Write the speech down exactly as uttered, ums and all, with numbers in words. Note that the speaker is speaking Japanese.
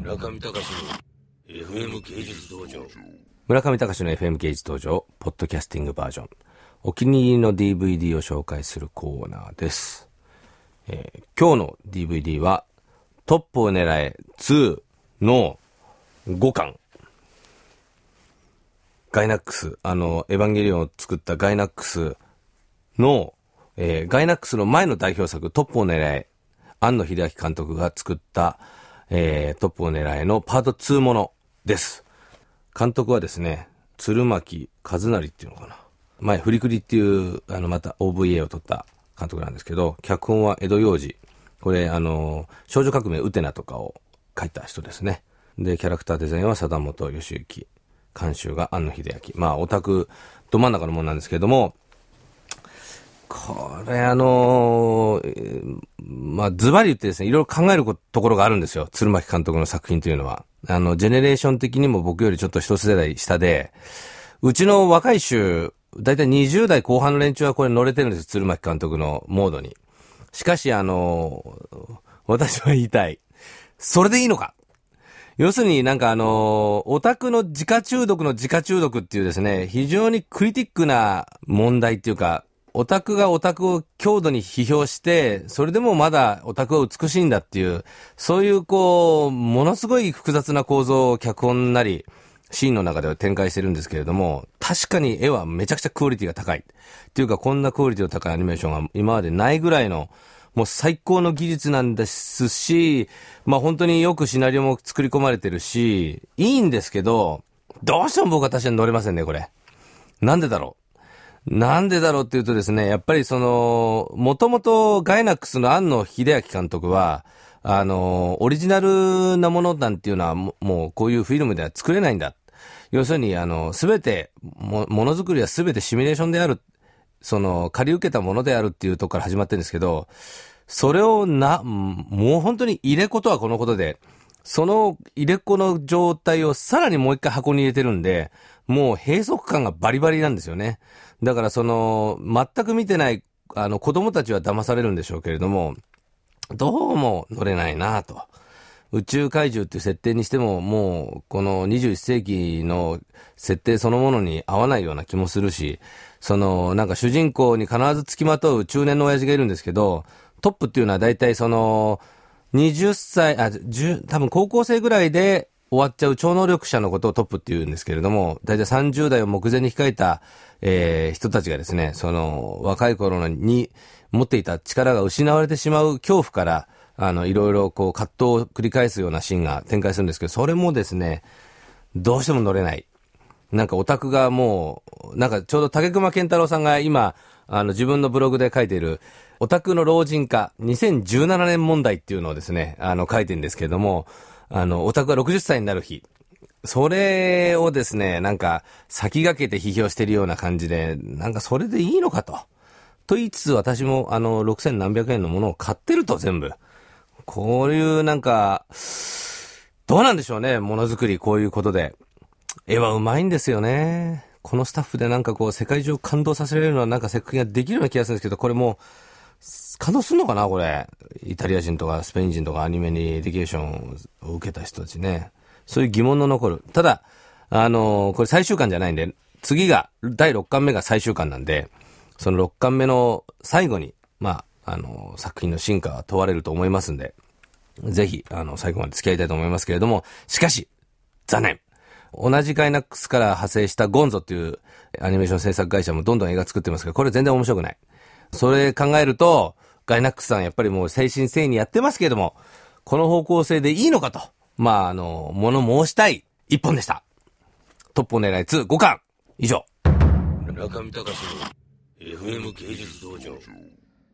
村上隆の エフエム 芸術道場。 村上隆の エフエム 芸術道場ポッドキャスティングバージョン、お気に入りの ディーブイディー を紹介するコーナーです。えー、今日の ディーブイディー はトップを狙えツーのごかん。ガイナックス、あのエヴァンゲリオンを作ったガイナックスの、えー、ガイナックスの前の代表作トップを狙え、庵野秀明監督が作った、えー、トップを狙えのパートツーものです。監督はですね、鶴巻和成っていうのかな、前フリクリっていうあのまた オーブイエー を取った監督なんですけど、脚本は江戸洋二、これあの少女革命ウテナとかを書いた人ですね。でキャラクターデザインは貞本義行、監修が庵野秀明、まあオタクど真ん中のものなんですけれども、これあのー、まあズバリ言ってですね、いろいろ考えるところがあるんですよ、鶴巻監督の作品というのは。あのジェネレーション的にも僕よりちょっと一世代下で、うちの若い衆だいたいにじゅう代後半の連中はこれ乗れてるんです、鶴巻監督のモードに。しかしあのー、私は言いたい、それでいいのか。要するになんかあのー、オタクの自家中毒の自家中毒っていうですね、非常にクリティックな問題っていうか、オタクがオタクを強度に批評して、それでもまだオタクは美しいんだっていう、そういうこう、ものすごい複雑な構造を脚本なり、シーンの中では展開してるんですけれども、確かに絵はめちゃくちゃクオリティが高い。っていうか、こんなクオリティの高いアニメーションが今までないぐらいの、もう最高の技術なんですし、まあ本当によくシナリオも作り込まれてるし、いいんですけど、どうしても僕は確かに乗れませんね、これ。なんでだろう。なんでだろうっていうとですね、やっぱりその、もともとガイナックスの庵野秀明監督は、あの、オリジナルなものなんていうのはもうこういうフィルムでは作れないんだ。要するに、あの、すべて、も、ものづくりはすべてシミュレーションである。その、借り受けたものであるっていうところから始まってるんですけど、それをな、もう本当に入れ子とはこのことで、その入れ子の状態をさらにもう一回箱に入れてるんで、もう閉塞感がバリバリなんですよね。だからその、全く見てない、あの、子供たちは騙されるんでしょうけれども、どうも乗れないなと。宇宙怪獣っていう設定にしても、もう、このにじゅういっ世紀の設定そのものに合わないような気もするし、その、なんか主人公に必ず付きまとう中年の親父がいるんですけど、トップっていうのは大体その、にじゅっさい、あ、じゅう、多分高校生ぐらいで終わっちゃう超能力者のことをトップって言うんですけれども、大体さんじゅう代を目前に控えた、えー、人たちがですね、その、若い頃に持っていた力が失われてしまう恐怖から、あの、いろいろこう葛藤を繰り返すようなシーンが展開するんですけど、それもですね、どうしても乗れない。なんかオタクがもう、なんかちょうど竹熊健太郎さんが今、あの自分のブログで書いている、オタクの老人化にせんじゅうななねん問題っていうのをですね、あの書いてるんですけれども、あの、オタクがろくじゅっさいになる日。それをですね、なんか先駆けて批評してるような感じで、なんかそれでいいのかと。と言いつつ私もあのろくせんなんびゃくえんのものを買ってると全部。こういうなんか、どうなんでしょうね、ものづくりこういうことで。絵はうまいんですよね。このスタッフでなんかこう世界中を感動させられるのはなんか作品ができるような気がするんですけど、これもう感動するのかなこれ。イタリア人とかスペイン人とかアニメにエディケーションを受けた人たちね。そういう疑問の残る。ただ、あのー、これ最終巻じゃないんで、次が、だいろっかんめが最終巻なんで、そのろっかんめの最後に、まあ、あのー、作品の進化は問われると思いますんで、ぜひ、あの、最後まで付き合いたいと思いますけれども、しかし、残念。同じガイナックスから派生したゴンゾっていうアニメーション制作会社もどんどん映画作ってますけど、これ全然面白くない。それ考えると、ガイナックスさんやっぱりもう誠心誠意にやってますけれども、この方向性でいいのかと、まあ、あの、物申したい一本でした。トップを狙いツーごかん以上。 村上隆の エフエム 芸術道場。